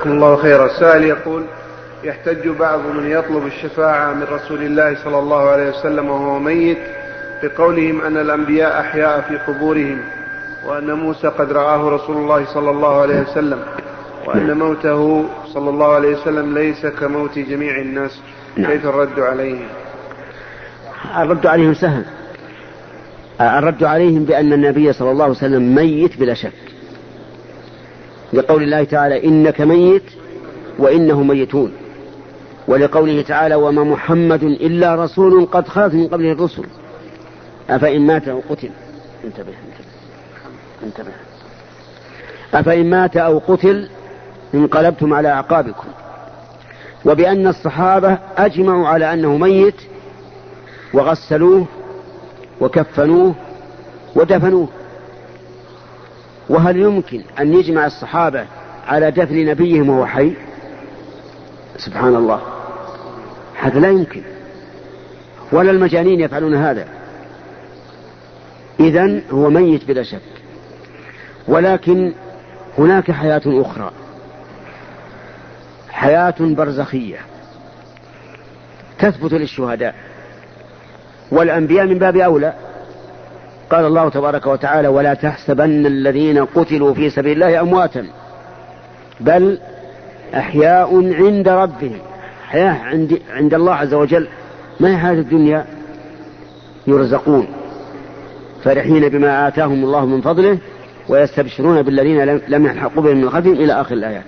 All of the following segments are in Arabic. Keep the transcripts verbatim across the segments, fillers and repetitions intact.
جزاكم الله خيرا. السائل يقول: يحتج بعض من يطلب الشفاعة من رسول الله صلى الله عليه وسلم وهو ميت بقولهم أن الأنبياء أحياء في قبورهم، وأن موسى قد رآه رسول الله صلى الله عليه وسلم، وأن موته صلى الله عليه وسلم ليس كموت جميع الناس. كيف الرد عليهم؟ الرد عليهم سهل. الرد عليهم بأن النبي صلى الله عليه وسلم ميت بلا شك، لقول الله تعالى: إنك ميت وإنهم ميتون، ولقوله تعالى: وما محمد إلا رسول قد خلت من قبله الرسل أفإن مات أو قتل انتبه انتبه أفإن مات أو قتل انقلبتم على أعقابكم. وبأن الصحابة أجمعوا على أنه ميت وغسلوه وكفنوه ودفنوه. وهل يمكن أن يجمع الصحابة على دفن نبيهم وهو حي؟ سبحان الله، هذا لا يمكن، ولا المجانين يفعلون هذا. إذن هو ميت بلا شك. ولكن هناك حياة أخرى، حياة برزخية تثبت للشهداء والأنبياء من باب أولى. قال الله تبارك وتعالى: ولا تحسبن الذين قتلوا في سبيل الله أمواتا بل أحياء عند ربهم. حياة عند, عند الله عز وجل، ما هي حياة الدنيا. يرزقون فرحين بما آتاهم الله من فضله ويستبشرون بالذين لم يلحقوا بهم من خلفهم إلى آخر الآيات.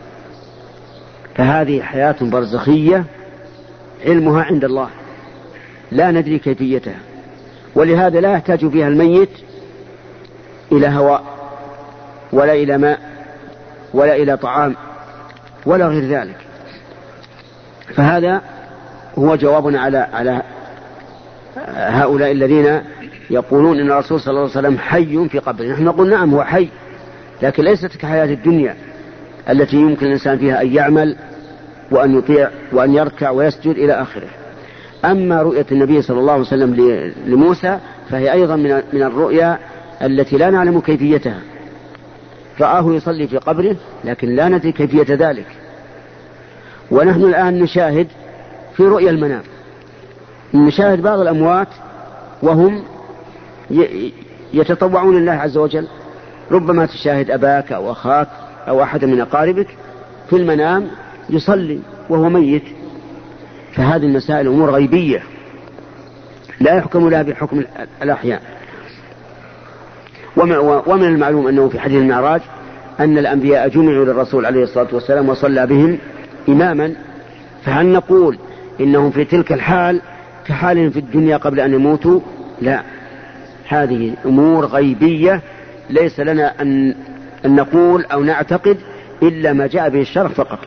فهذه حياة برزخية علمها عند الله، لا ندري كيفيتها، ولهذا لا يحتاج فيها الميت إلى هواء ولا إلى ماء ولا إلى طعام ولا غير ذلك. فهذا هو جوابنا على على هؤلاء الذين يقولون إن الرسول صلى الله عليه وسلم حي في قبره. نحن نقول نعم هو حي، لكن ليست كحياة الدنيا التي يمكن الإنسان فيها أن يعمل وأن يطيع وأن يركع ويسجد إلى آخره. أما رؤية النبي صلى الله عليه وسلم لموسى فهي أيضا من الرؤيا التي لا نعلم كيفيتها. رآه يصلي في قبره لكن لا ندري كيفية ذلك. ونحن الآن نشاهد في رؤيا المنام، نشاهد بعض الأموات وهم يتطوعون لله عز وجل. ربما تشاهد أباك أو أخاك أو أحد من أقاربك في المنام يصلي وهو ميت. فهذه المسائل أمور غيبية لا يحكم لها بحكم الأحياء. ومن المعلوم أنه في حديث المعراج أن الأنبياء جمعوا للرسول عليه الصلاة والسلام وصلى بهم إماما. فهل نقول إنهم في تلك الحال كحالهم في الدنيا قبل أن يموتوا؟ لا، هذه أمور غيبية ليس لنا أن نقول أو نعتقد إلا ما جاء به الشرع فقط.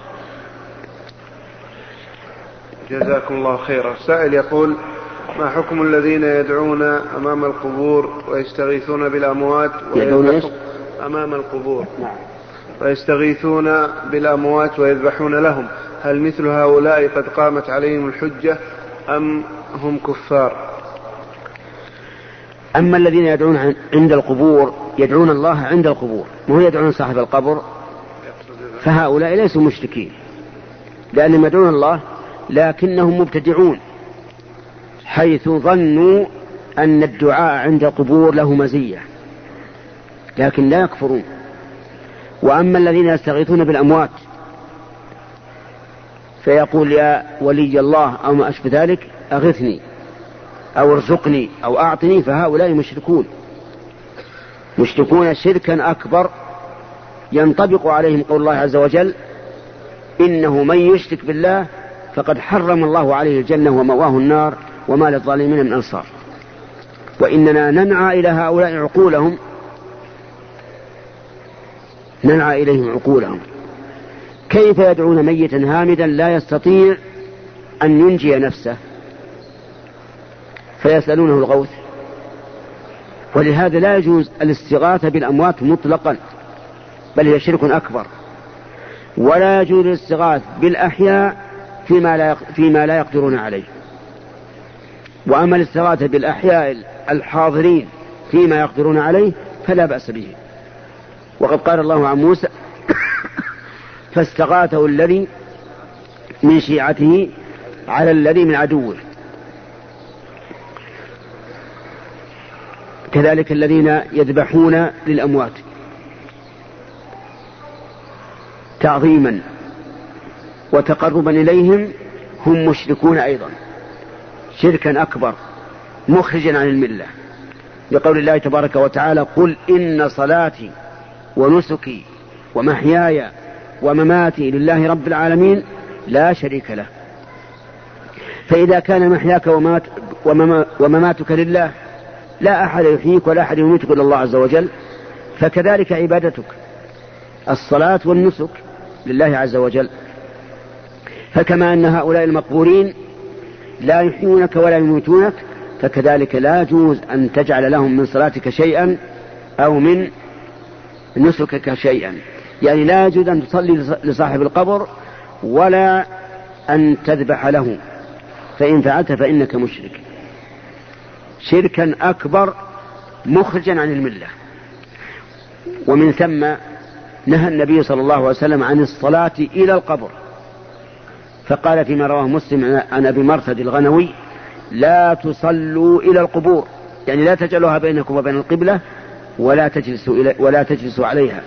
جزاكم الله خيرا. السائل يقول: ما حكم الذين يدعون أمام القبور ويستغيثون بالأموات ويذبحون أمام القبور نعم. ويستغيثون بالأموات ويذبحون لهم؟ هل مثل هؤلاء قد قامت عليهم الحجة أم هم كفار؟ أما الذين يدعون عند القبور يدعون الله عند القبور وهو يدعون صاحب القبر، فهؤلاء ليسوا مشركين لأنهم يدعون الله، لكنهم مبتدعون حيث ظنوا أن الدعاء عند القبور له مزية، لكن لا يكفرون. وأما الذين يستغيثون بالأموات فيقول يا ولي الله أو ما أشبه ذلك أغثني أو ارزقني أو أعطني، فهؤلاء مشركون مشركون شركا أكبر ينطبق عليهم قول الله عز وجل: إنه من يشرك بالله فقد حرم الله عليه الجنة ومأواه النار وما للظالمين من أنصار. وإننا ننعى إلى هؤلاء عقولهم ننعى إليهم عقولهم كيف يدعون ميتا هامدا لا يستطيع أن ينجي نفسه فيسألونه الغوث؟ ولهذا لا يجوز الاستغاثة بالأموات مطلقا، بل هي شرك أكبر. ولا يجوز الاستغاثة بالأحياء فيما لا فيما لا يقدرون عليه. وأما الاستغاثة بالأحياء الحاضرين فيما يقدرون عليه فلا بأس به. وقد قال الله عن موسى فاستغاثه الذي من شيعته على الذي من عدوه. كذلك الذين يذبحون للأموات تعظيما وتقربا إليهم هم مشركون أيضا شركا أكبر مخرجا عن الملة، لقول الله تبارك وتعالى: قل إن صلاتي ونسكي ومحياي ومماتي لله رب العالمين لا شريك له. فإذا كان محياك وممات ومماتك لله لا أحد يحييك ولا أحد يميتك إلا الله عز وجل، فكذلك عبادتك الصلاة والنسك لله عز وجل. فكما أن هؤلاء المقبورين لا يحيونك ولا يميتونك، فكذلك لا يجوز أن تجعل لهم من صلاتك شيئا أو من نسكك شيئا. يعني لا يجوز أن تصلي لصاحب القبر ولا أن تذبح له، فإن فعلت فإنك مشرك شركا أكبر مخرجا عن الملة. ومن ثم نهى النبي صلى الله عليه وسلم عن الصلاة إلى القبر، فقال فيما رواه مسلم عن أبي مرثد الغنوي: لا تصلوا إلى القبور، يعني لا تجعلوها بينكم وبين القبلة ولا تجلسوا, إلى ولا تجلسوا عليها.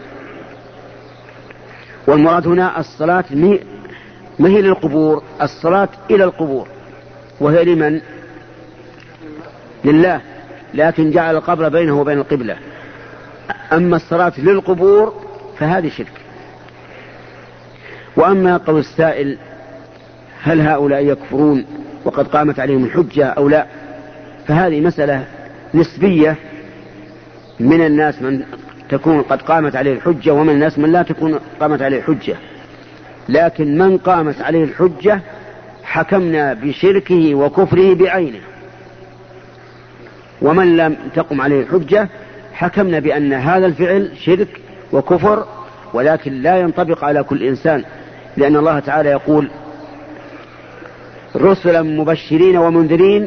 والمراد هنا الصلاة ما هي للقبور، الصلاة إلى القبور، وهي لمن؟ لله، لكن جعل القبر بينه وبين القبلة. أما الصلاة للقبور فهذه شرك. وأما قول السائل: هل هؤلاء يكفرون وقد قامت عليهم الحجة أو لا؟ فهذه مسألة نسبية، من الناس من تكون قد قامت عليه الحجة ومن الناس من لا تكون قامت عليه الحجة، لكن من قامت عليه الحجة حكمنا بشركه وكفره بعينه، ومن لم تقم عليه الحجة حكمنا بأن هذا الفعل شرك وكفر، ولكن لا ينطبق على كل إنسان، لأن الله تعالى يقول: رسلا مبشرين ومنذرين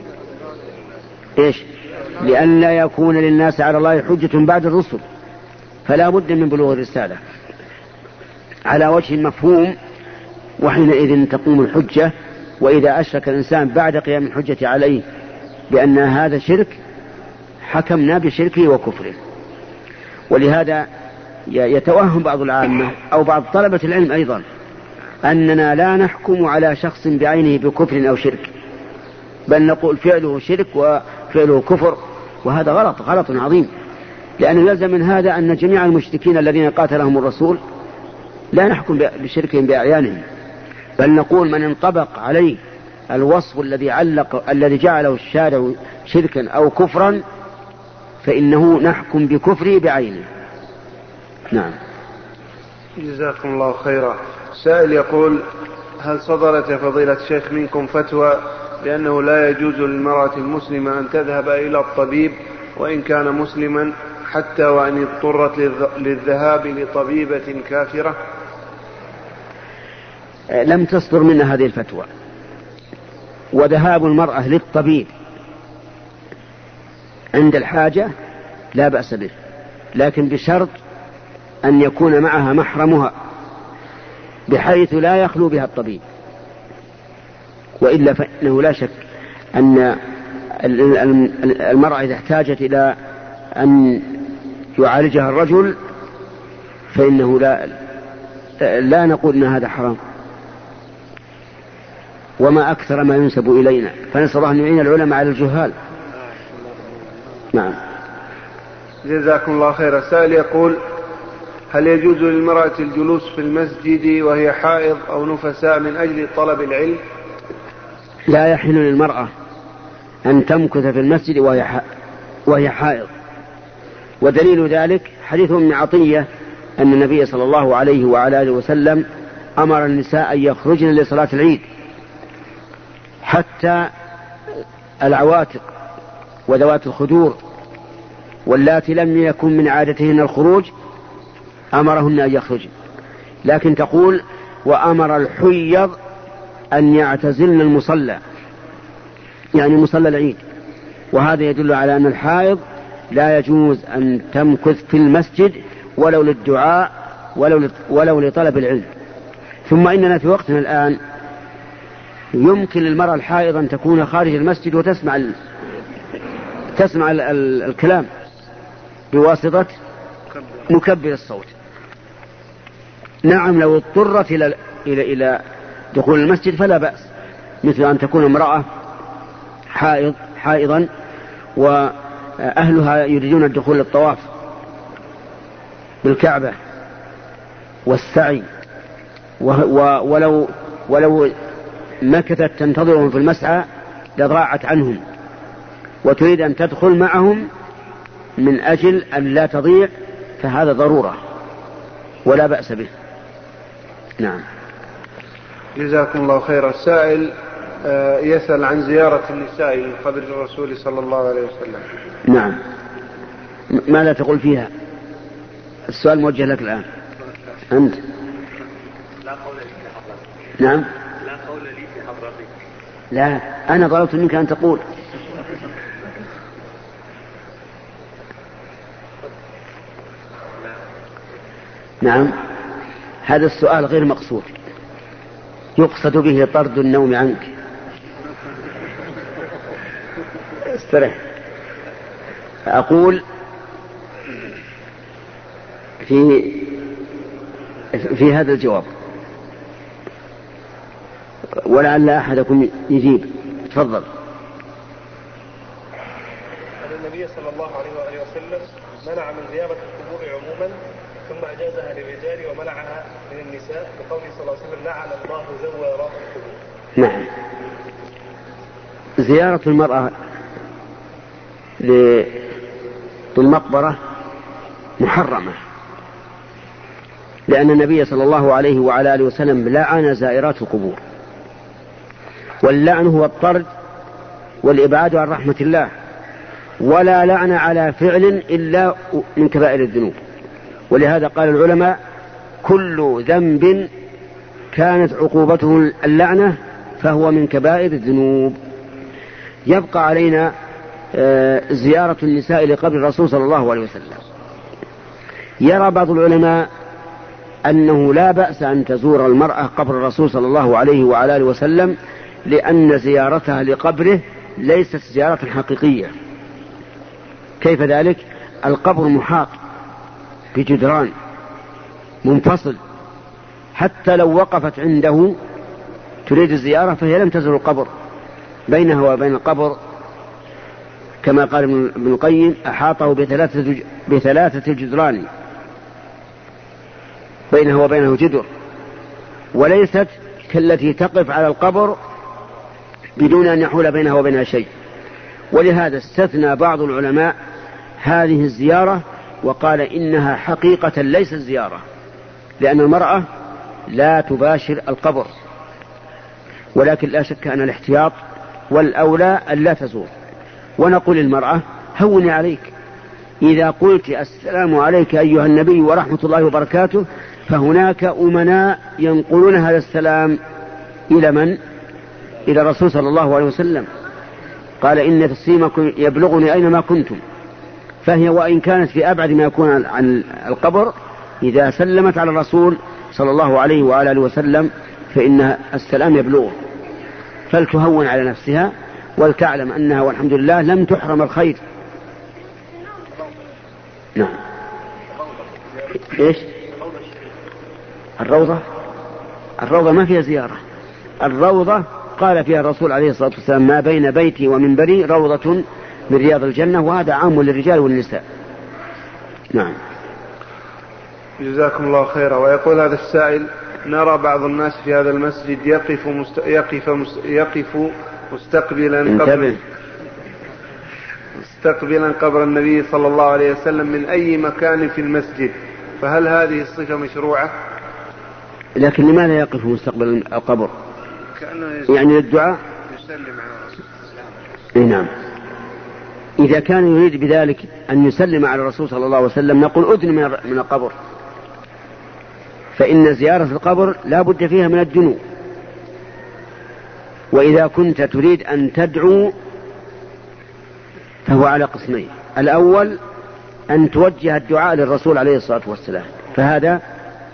إيش؟ لأن لا يكون للناس على الله حجة بعد الرسل، فلا بد من بلوغ الرسالة على وجه مفهوم، وحينئذ تقوم الحجة. وإذا أشرك الإنسان بعد قيام الحجة عليه بأن هذا شرك حكمنا بشركه وكفره. ولهذا يتوهم بعض العامة أو بعض طلبة العلم أيضا أننا لا نحكم على شخص بعينه بكفر أو شرك، بل نقول فعله شرك وفعله كفر، وهذا غلط غلط عظيم، لأنه يلزم من هذا أن جميع المشركين الذين قاتلهم الرسول لا نحكم بشركهم بأعيانهم، بل نقول من انطبق عليه الوصف الذي علق الذي جعله الشارع شركا أو كفرا فإنه نحكم بكفره بعينه. نعم. جزاكم الله خيرا. سائل يقول: هل صدرت يا فضيلة الشيخ منكم فتوى بأنه لا يجوز للمرأة المسلمة أن تذهب إلى الطبيب وإن كان مسلما حتى وأن اضطرت للذهاب لطبيبة كافرة؟ لم تصدر منا هذه الفتوى، وذهاب المرأة للطبيب عند الحاجة لا بأس به، لكن بشرط أن يكون معها محرمها بحيث لا يخلو بها الطبيب، وإلا فإنه لا شك أن المرأة إذا احتاجت إلى أن يعالجها الرجل فإنه لا, لا نقول أن هذا حرام، وما أكثر ما ينسب إلينا، فنسأل الله أن يعين العلماء على الجهال. نعم. جزاكم الله خيرا. سائل يقول: هل يجوز للمرأة الجلوس في المسجد وهي حائض أو نفساء من أجل طلب العلم؟ لا يحل للمرأة أن تمكث في المسجد وهي حائض، ودليل ذلك حديث ابن عطية أن النبي صلى الله عليه وعلى آله وسلم أمر النساء أن يخرجن لصلاة العيد، حتى العواتق وذوات الخدور واللاتي لم يكن من عادتهن الخروج أمرهن أن يخرجن، لكن تقول: وأمر الحيض أن يعتزلن المصلى، يعني مصلى العيد. وهذا يدل على أن الحائض لا يجوز أن تمكث في المسجد ولو للدعاء ولو ولو لطلب العلم. ثم إننا في وقتنا الآن يمكن للمرأة الحائض أن تكون خارج المسجد وتسمع ال... تسمع ال... ال... الكلام بواسطة مكبر الصوت. نعم لو اضطرت إلى إلى إلى دخول المسجد فلا بأس، مثل أن تكون امرأة حائض حائضا وأهلها يريدون الدخول للطواف بالكعبة والسعي، ولو ولو مكثت تنتظرهم في المسعى لضاعت عنهم، وتريد أن تدخل معهم من أجل أن لا تضيع، فهذا ضرورة ولا بأس به. نعم. جزاكم الله خير. السائل يسأل عن زيارة النساء من قبر الرسول صلى الله عليه وسلم. نعم. ما لا تقول فيها؟ السؤال موجه لك الآن أنت. لا قول لي في حضرتك. نعم. لا قول لي في حضرتك. لا، أنا طلبت منك أن تقول. نعم. هذا السؤال غير مقصود، يقصد به طرد النوم عنك. استرح. أقول في في هذا الجواب، ولعل أحدكم يجيب. تفضل. النبي صلى الله عليه وآله وسلم منع من زيارة القبور عموما، ثم أجازها للرجال ومنعها من النساء، بقوله صلى الله عليه وسلم لعن الله زوارات القبور. نعم. زيارة المرأة للمقبرة محرمة، لأن النبي صلى الله عليه وعلى آله وسلم لعن زائرات القبور، واللعن هو الطرد والإبعاد عن رحمة الله، ولا لعن على فعل إلا من كبائر الذنوب. ولهذا قال العلماء كل ذنب كانت عقوبته اللعنة فهو من كبائر الذنوب. يبقى علينا زيارة النساء لقبر الرسول صلى الله عليه وسلم. يرى بعض العلماء أنه لا بأس أن تزور المرأة قبر الرسول صلى الله عليه وعلى آله وسلم، لأن زيارتها لقبره ليست زيارة حقيقية. كيف ذلك؟ القبر محاط بجدران منفصل، حتى لو وقفت عنده تريد الزيارة فهي لم تزور القبر، بينها وبين القبر كما قال ابن القيم أحاطه بثلاثة, بثلاثة جدران، بينها وبينه جدر، وليست كالتي تقف على القبر بدون أن يحول بينها وبينها شيء. ولهذا استثنى بعض العلماء هذه الزيارة وقال إنها حقيقة ليست زيارة، لأن المرأة لا تباشر القبر، ولكن لا شك أن الاحتياط والأولى أن لا تزور. ونقول للمرأة هوني عليك، إذا قلت السلام عليك أيها النبي ورحمة الله وبركاته فهناك أمناء ينقلون هذا السلام إلى من؟ إلى الرسول صلى الله عليه وسلم، قال إن تسليمكم يبلغني أينما كنتم. فهي وإن كانت في أبعد ما يكون عن القبر، إذا سلمت على الرسول صلى الله عليه وآله وسلم فإن السلام يبلغه. فلتهون على نفسها ولتعلم أنها والحمد لله لم تحرم الخير. نعم. إيش؟ الروضة الروضة ما فيها زيارة. الروضة قال فيها الرسول عليه الصلاة والسلام ما بين بيتي ومنبري روضة من رياض الجنة، وهذا عام للرجال والنساء. نعم. جزاكم الله خيرا. ويقول هذا السائل نرى بعض الناس في هذا المسجد يقف مست... يقف مست... يقف مستقبلا قبر مستقبلا قبر النبي صلى الله عليه وسلم من أي مكان في المسجد، فهل هذه الصفة مشروعة؟ لكن لماذا يقف مستقبل القبر؟ يعني للدعاء؟ يسلم على الرسول. إيه نعم. إذا كان يريد بذلك أن يسلم على الرسول صلى الله عليه وسلم نقول أدن من القبر، فإن زيارة القبر لا بد فيها من الدنو. وإذا كنت تريد أن تدعو فهو على قسمين: الأول أن توجه الدعاء للرسول عليه الصلاة والسلام، فهذا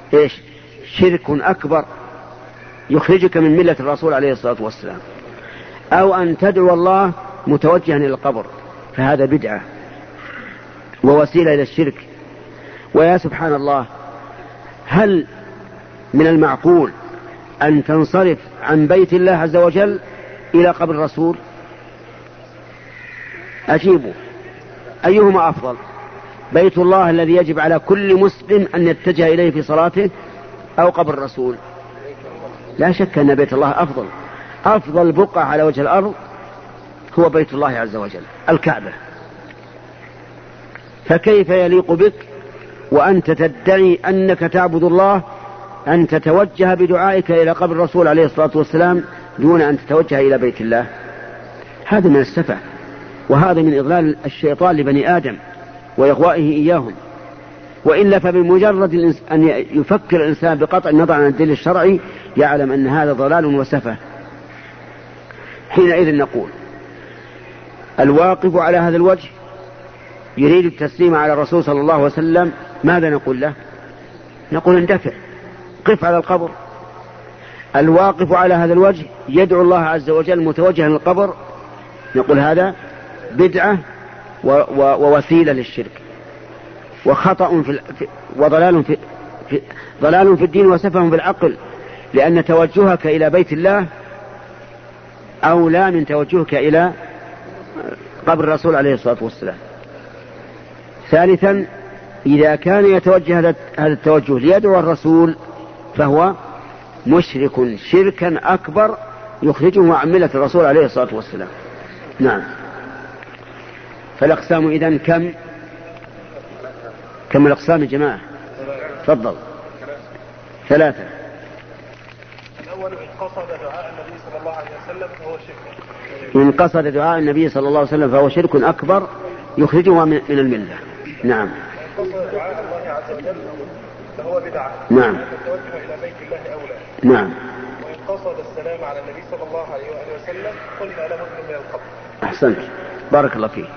إيش؟ شرك أكبر يخرجك من ملة الرسول عليه الصلاة والسلام، أو أن تدعو الله متوجها إلى القبر، فهذا بدعة ووسيلة إلى الشرك. ويا سبحان الله، هل من المعقول أن تنصرف عن بيت الله عز وجل إلى قبر الرسول؟ أجيبوا، أيهما أفضل؟ بيت الله الذي يجب على كل مسلم أن يتجه إليه في صلاته، أو قبر الرسول؟ لا شك أن بيت الله أفضل. أفضل بقعة على وجه الأرض هو بيت الله عز وجل، الكعبة. فكيف يليق بك وأنت تدعي أنك تعبد الله أن تتوجه بدعائك إلى قبر الرسول عليه الصلاة والسلام دون أن تتوجه إلى بيت الله؟ هذا من السفة، وهذا من إضلال الشيطان لبني آدم وإغوائه إياهم. وإلا فبمجرد أن يفكر الإنسان بقطع النظر عن الدليل الشرعي يعلم أن هذا ضلال وسفة. حينئذ نقول الواقف على هذا الوجه يريد التسليم على الرسول صلى الله عليه وسلم، ماذا نقول له؟ نقول اندفع، قف على القبر. الواقف على هذا الوجه يدعو الله عز وجل متوجها للقبر، نقول هذا بدعة ووسيلة للشرك وخطأ في وضلال في, في ضلال في الدين وسفه في العقل، لأن توجهك إلى بيت الله أولى من توجهك إلى قبر الرسول عليه الصلاة والسلام. ثالثا، إذا كان يتوجه هذا التوجه ليدعو الرسول فهو مشرك شركا أكبر يخرجه عن ملة الرسول عليه الصلاة والسلام. نعم. فالأقسام إذن كم؟ كم الأقسام يا جماعة؟ تفضل. ثلاثة. الأول إن قصد دعاء النبي صلى الله عليه وسلم فهو شرك. إن قصد دعاء النبي صلى الله عليه وسلم فهو شرك أكبر يخرجه من الملة. نعم. إن قصد دعاء الله عز وجل فهو بدعة. نعم. التوجه إلى بيت الله أولى. نعم. وإن قصد السلام على النبي صلى الله عليه وآله وسلم قلنا له من القبر. أحسنت، بارك الله فيك.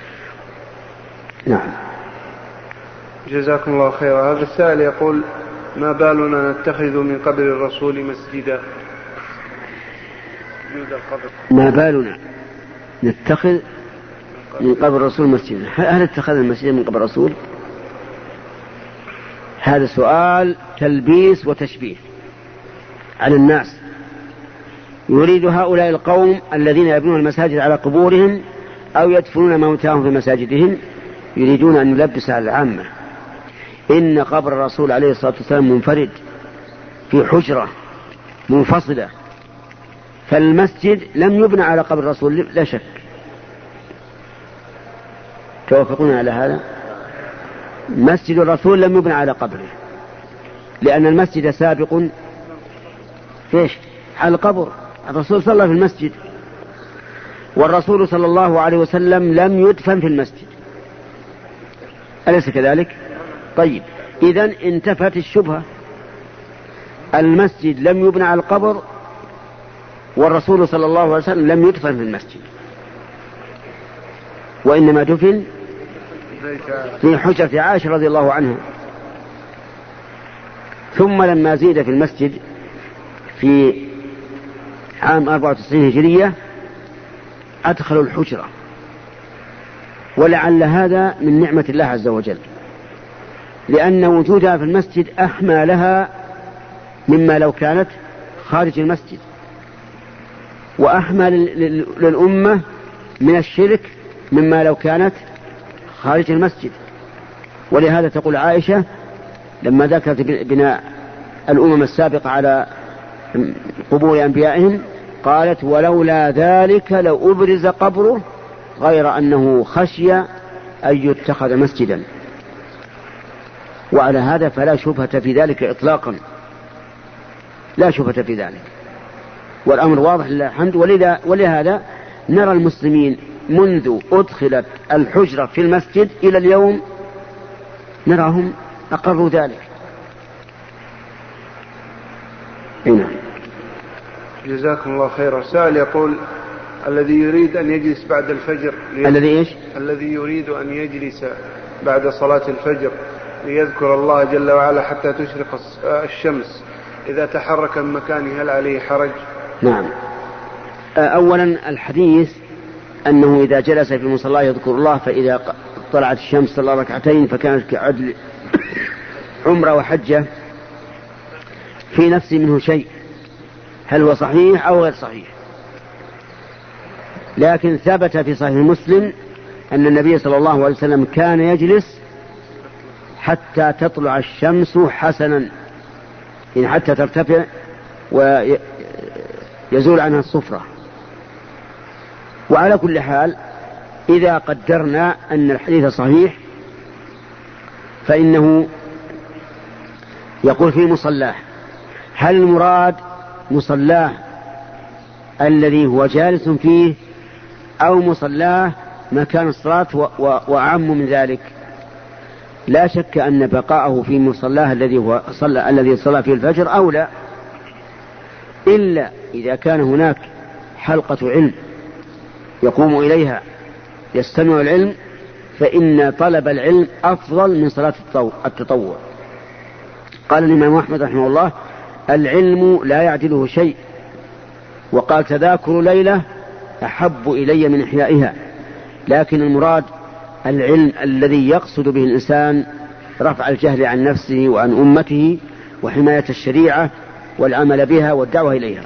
نعم. جزاكم الله خيرا. هذا السائل يقول: ما بالنا نتخذ من قبر الرسول مسجدا؟ ما بالنا نتخذ من قبر الرسول مسجدا؟ هل اتخذ المسجد من قبر الرسول؟ هذا سؤال تلبيس وتشبيه على الناس. يريد هؤلاء القوم الذين يبنون المساجد على قبورهم أو يدفنون موتاهم في مساجدهم يريدون أن يلبس على العامة. إن قبر الرسول عليه الصلاة والسلام منفرد في حجرة منفصلة، فالمسجد لم يبنى على قبر الرسول لا شك. توافقون على هذا؟ مسجد الرسول لم يبنى على قبره، لأن المسجد سابق فيش على القبر. الرسول صلى في المسجد، والرسول صلى الله عليه وسلم لم يدفن في المسجد، أليس كذلك؟ طيب، إذن انتفت الشبهة. المسجد لم يبنى على القبر، والرسول صلى الله عليه وسلم لم يدفن في المسجد، وإنما دفن في حجرة عائشة رضي الله عنها. ثم لما زيد في المسجد في عام أربعة وتسعين هجرية أدخلوا الحجرة، ولعل هذا من نعمة الله عز وجل، لأن وجودها في المسجد أحمى لها مما لو كانت خارج المسجد، وأحمى للأمة من الشرك مما لو كانت خارج المسجد. ولهذا تقول عائشة لما ذكرت بناء الأمم السابقة على قبور أنبيائهم قالت: ولولا ذلك لو أبرز قبره غير أنه خشي أن يتخذ مسجدا. وعلى هذا فلا شبهة في ذلك إطلاقا، لا شبهة في ذلك، والأمر واضح لله الحمد. ولذا ولهذا نرى المسلمين منذ أدخلت الحجرة في المسجد إلى اليوم نراهم أقروا ذلك. هنا. جزاكم الله خيرا. سائل يقول: الذي يريد أن يجلس بعد الفجر الذي إيش؟ الذي يريد أن يجلس بعد صلاة الفجر ليذكر الله جل وعلا حتى تشرق الشمس إذا تحرك من مكانه هل عليه حرج؟ نعم. أولا الحديث أنه إذا جلس في المصلى يذكر الله فإذا طلعت الشمس صلى ركعتين فكانت كعدل عمرة وحجة، في نفسي منه شيء، هل هو صحيح أو غير صحيح؟ لكن ثبت في صحيح مسلم أن النبي صلى الله عليه وسلم كان يجلس حتى تطلع الشمس حسنا، يعني حتى ترتفع ويزول عنها الصفرة. وعلى كل حال إذا قدرنا أن الحديث صحيح فإنه يقول في مصلاه، هل المراد مصلاه الذي هو جالس فيه أو مصلاه مكان الصلاة وأعم من ذلك؟ لا شك أن بقاءه في مصلاه الذي هو صلى الذي صلى فيه الفجر أولى، إلا إذا كان هناك حلقة علم يقوم إليها يستمع العلم، فإن طلب العلم أفضل من صلاة التطوع. قال الإمام أحمد رحمه الله: العلم لا يعدله شيء، وقال: تذاكر ليلة أحب إلي من إحيائها. لكن المراد العلم الذي يقصد به الإنسان رفع الجهل عن نفسه وعن أمته وحماية الشريعة والعمل بها والدعوة إليها.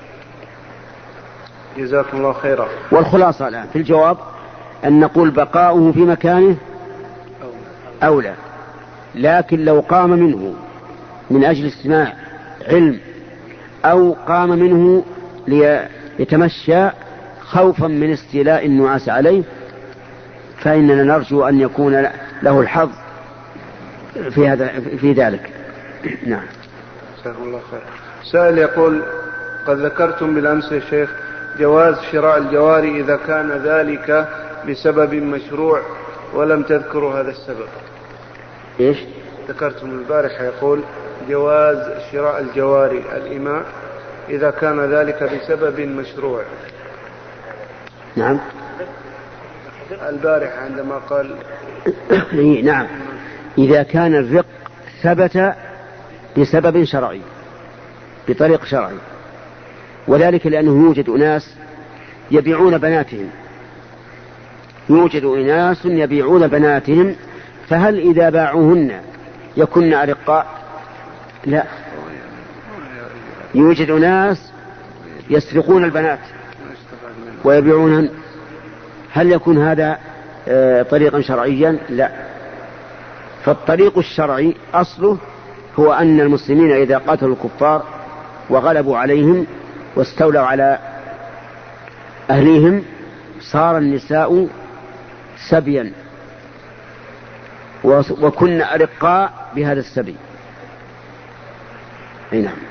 جزاكم الله خيرا. والخلاصة الآن في الجواب أن نقول بقاؤه في مكانه أولى، لكن لو قام منه من أجل استماع علم أو قام منه ليتمشى خوفا من استيلاء النعاس عليه فإننا نرجو أن يكون له الحظ في هذا في ذلك. نعم. جزاكم الله خير. سائل يقول: قد ذكرتم بالأمس يا شيخ جواز شراء الجواري إذا كان ذلك بسبب مشروع ولم تذكروا هذا السبب. إيش؟ ذكرتم البارحة يقول جواز شراء الجواري الإماء إذا كان ذلك بسبب مشروع. نعم. البارحة عندما قال نعم، إذا كان الرق ثبت بسبب شرعي بطريق شرعي، وذلك لأنه يوجد أناس يبيعون بناتهم يوجد أناس يبيعون بناتهم فهل إذا باعوهن يكن أرقاء؟ لا. يوجد أناس يسرقون البنات ويبيعونهن، هل يكون هذا طريقا شرعيا؟ لا. فالطريق الشرعي أصله هو أن المسلمين إذا قاتلوا الكفار وغلبوا عليهم واستولوا على أهليهم صار النساء سبيا وكن أرقاء بهذا السبي. أي نعم.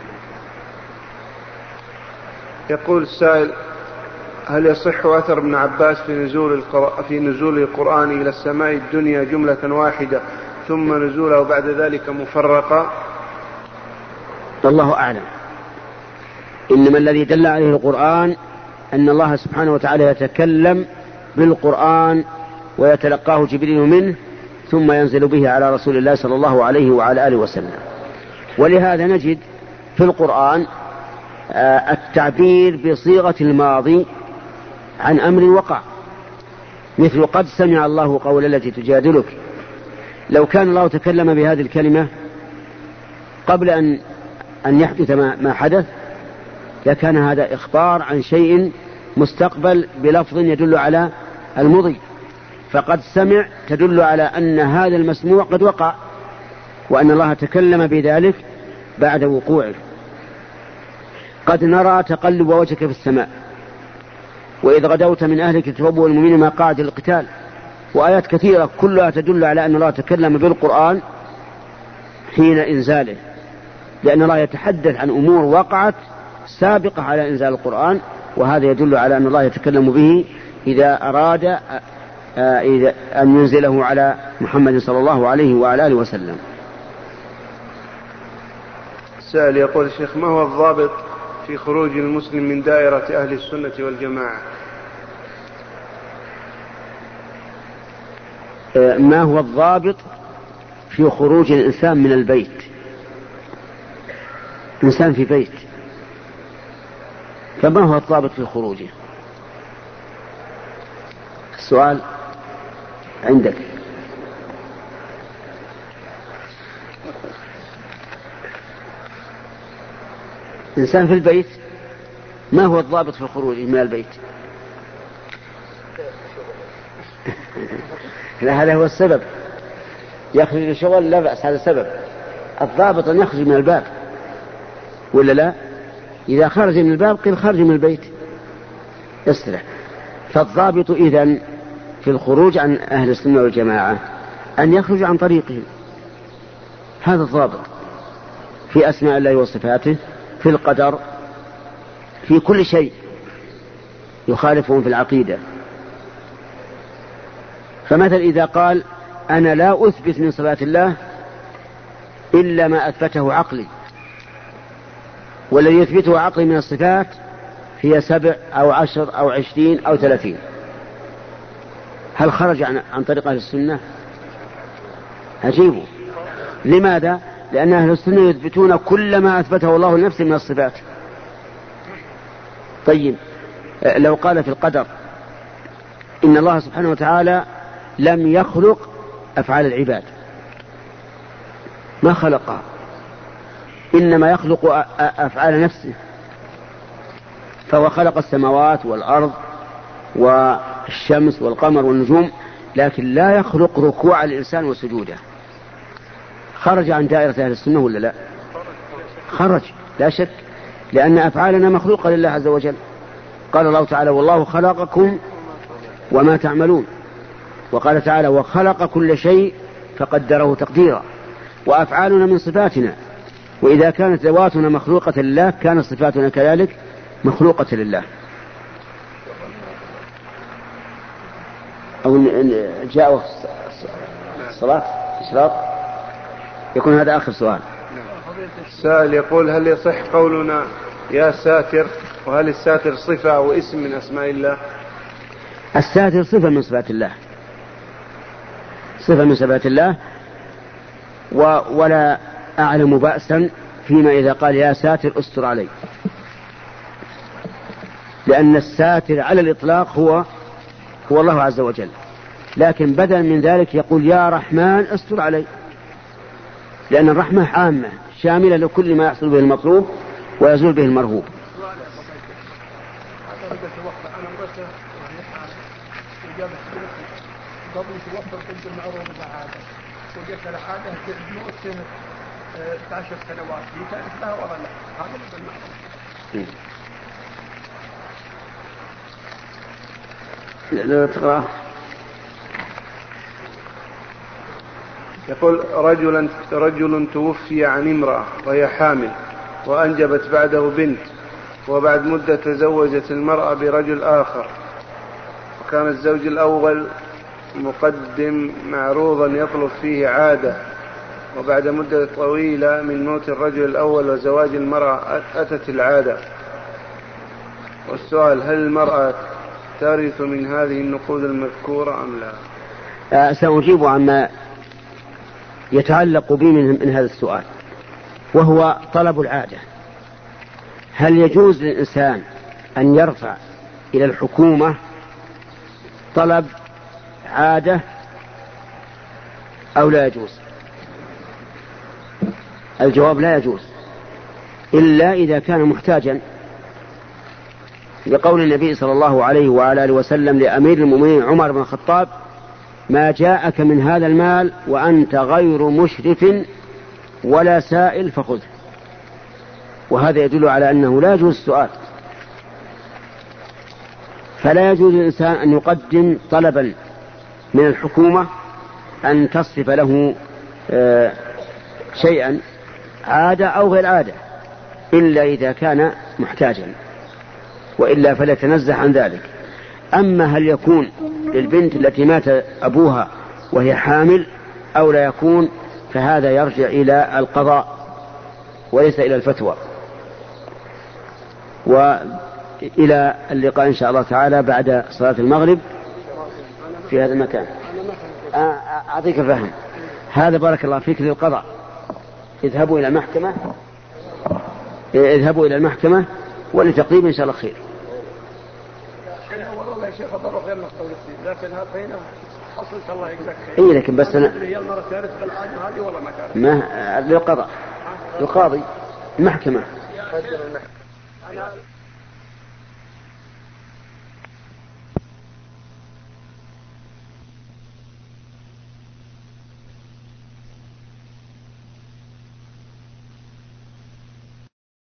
يقول السائل: هل يصح أثر ابن عباس في نزول القرآن, في نزول القرآن إلى السماء الدنيا جملة واحدة ثم نزوله بعد ذلك مفرقا؟ الله أعلم. إنما الذي دل عليه القرآن أن الله سبحانه وتعالى يتكلم بالقرآن ويتلقاه جبريل منه ثم ينزل به على رسول الله صلى الله عليه وعلى آله وسلم. ولهذا نجد في القرآن التعبير بصيغة الماضي عن أمر وقع، مثل قد سمع الله قول التي تجادلك. لو كان الله تكلم بهذه الكلمة قبل أن أن يحدث ما حدث لكان هذا إخبار عن شيء مستقبل بلفظ يدل على المضي، فقد سمع تدل على أن هذا المسموع قد وقع وأن الله تكلم بذلك بعد وقوعه. قد نرى تقلب وجهك في السماء وإذ غدوت من أهلك تبوأ المؤمنين مقاعد للقتال، وآيات كثيرة كلها تدل على أن الله تكلم بالقرآن حين إنزاله، لأن الله يتحدث عن أمور وقعت سابقة على إنزال القرآن، وهذا يدل على أن الله يتكلم به إذا أراد إذا أن ينزله على محمد صلى الله عليه وعلى آله وسلم. السائل يقول: الشيخ ما هو الضابط في خروج المسلم من دائرة أهل السنة والجماعة؟ ما هو الضابط في خروج الإنسان من البيت. إنسان في بيت، فما هو الضابط في خروجه؟ السؤال عندك. إنسان في البيت، ما هو الضابط في الخروج من البيت؟ لا، هذا هو السبب. يخرج للشغل لا بأس، هذا السبب. الضابط أن يخرج من الباب، ولا لا؟ إذا خرج من الباب قيل خرج من البيت يسرع. فالضابط إذن في الخروج عن أهل السنة والجماعة أن يخرج عن طريقهم. هذا الضابط في أسماء الله وصفاته، في القدر، في كل شيء يخالفهم في العقيدة. فمثل إذا قال أنا لا أثبت من صفات الله إلا ما أثبته عقلي، والذي يثبته عقلي من الصفات هي سبع أو عشر أو عشرين أو ثلاثين، هل خرج عن, عن طريق أهل السنة؟ أجيبه. لماذا؟ لأن أهل السنة يثبتون كل ما أثبته الله لنفسه من الصفات. طيب، لو قال في القدر إن الله سبحانه وتعالى لم يخلق أفعال العباد، ما خلقها، إنما يخلق أفعال نفسه، فهو خلق السماوات والأرض والشمس والقمر والنجوم، لكن لا يخلق ركوع الإنسان وسجوده. خرج عن دائرة أهل السنة ولا لا؟ خرج لا شك، لأن أفعالنا مخلوقة لله عز وجل. قال الله تعالى والله خلقكم وما تعملون، وقال تعالى وخلق كل شيء فقدره تقديرا. وأفعالنا من صفاتنا، وإذا كانت ذواتنا مخلوقة لله كانت صفاتنا كذلك مخلوقة لله. أو جاء الصلاة إشراق، يكون هذا آخر سؤال. السائل يقول هل يصح قولنا يا ساتر، وهل الساتر صفة أو اسم من أسماء الله؟ الساتر صفة من صفات الله، صفة من صفات الله، ولا أعلم بأسا فيما إذا قال يا ساتر استر علي، لأن الساتر على الإطلاق هو هو الله عز وجل، لكن بدلا من ذلك يقول يا رحمن استر علي، لأن الرحمة عامة شاملة لكل ما يحصل به المطلوب ويزول به المرهوب. عشر سنوات تعرف لها ولا لا؟ هذا لا تقرأ. يقول رجل رجل توفي عن امرأة وهي حامل وأنجبت بعده بنت، وبعد مدة تزوجت المرأة برجل آخر، وكان الزوج الأول مقدم معروضا يطلب فيه عادة، وبعد مدة طويلة من موت الرجل الأول وزواج المرأة أتت العادة. والسؤال هل المرأة ترث من هذه النقود المذكورة أم لا؟ سأجيب عما يتعلق بي من هذا السؤال، وهو طلب العادة. هل يجوز للإنسان أن يرفع إلى الحكومة طلب عادة أو لا يجوز؟ الجواب لا يجوز، إلا إذا كان محتاجا، لقول النبي صلى الله عليه وعلى آله وسلم لأمير المؤمنين عمر بن الخطاب ما جاءك من هذا المال وأنت غير مشرف ولا سائل فخذه. وهذا يدل على أنه لا يجوز السؤال، فلا يجوز للإنسان أن يقدم طلبا من الحكومة أن تصرف له آه شيئا عادة أو غير عادة، إلا إذا كان محتاجا، وإلا فليتنزه عن ذلك. أما هل يكون للبنت التي مات أبوها وهي حامل أو لا يكون، فهذا يرجع إلى القضاء وليس إلى الفتوى. وإلى اللقاء إن شاء الله تعالى بعد صلاة المغرب في هذا المكان. أعطيك فهم. هذا بارك الله فيك للقضاء. اذهبوا إلى المحكمة اذهبوا إلى المحكمة ولتقريب إن شاء الله خير. والله يا شيخ أضرب غير مقصود لكن هذا حصلت الله يجزاك خير. إيه لكن بس أنا هي المرة ثالث بالحاجة هذه والله ما تعرف. ما للقضاء القاضي المحكمة. أنا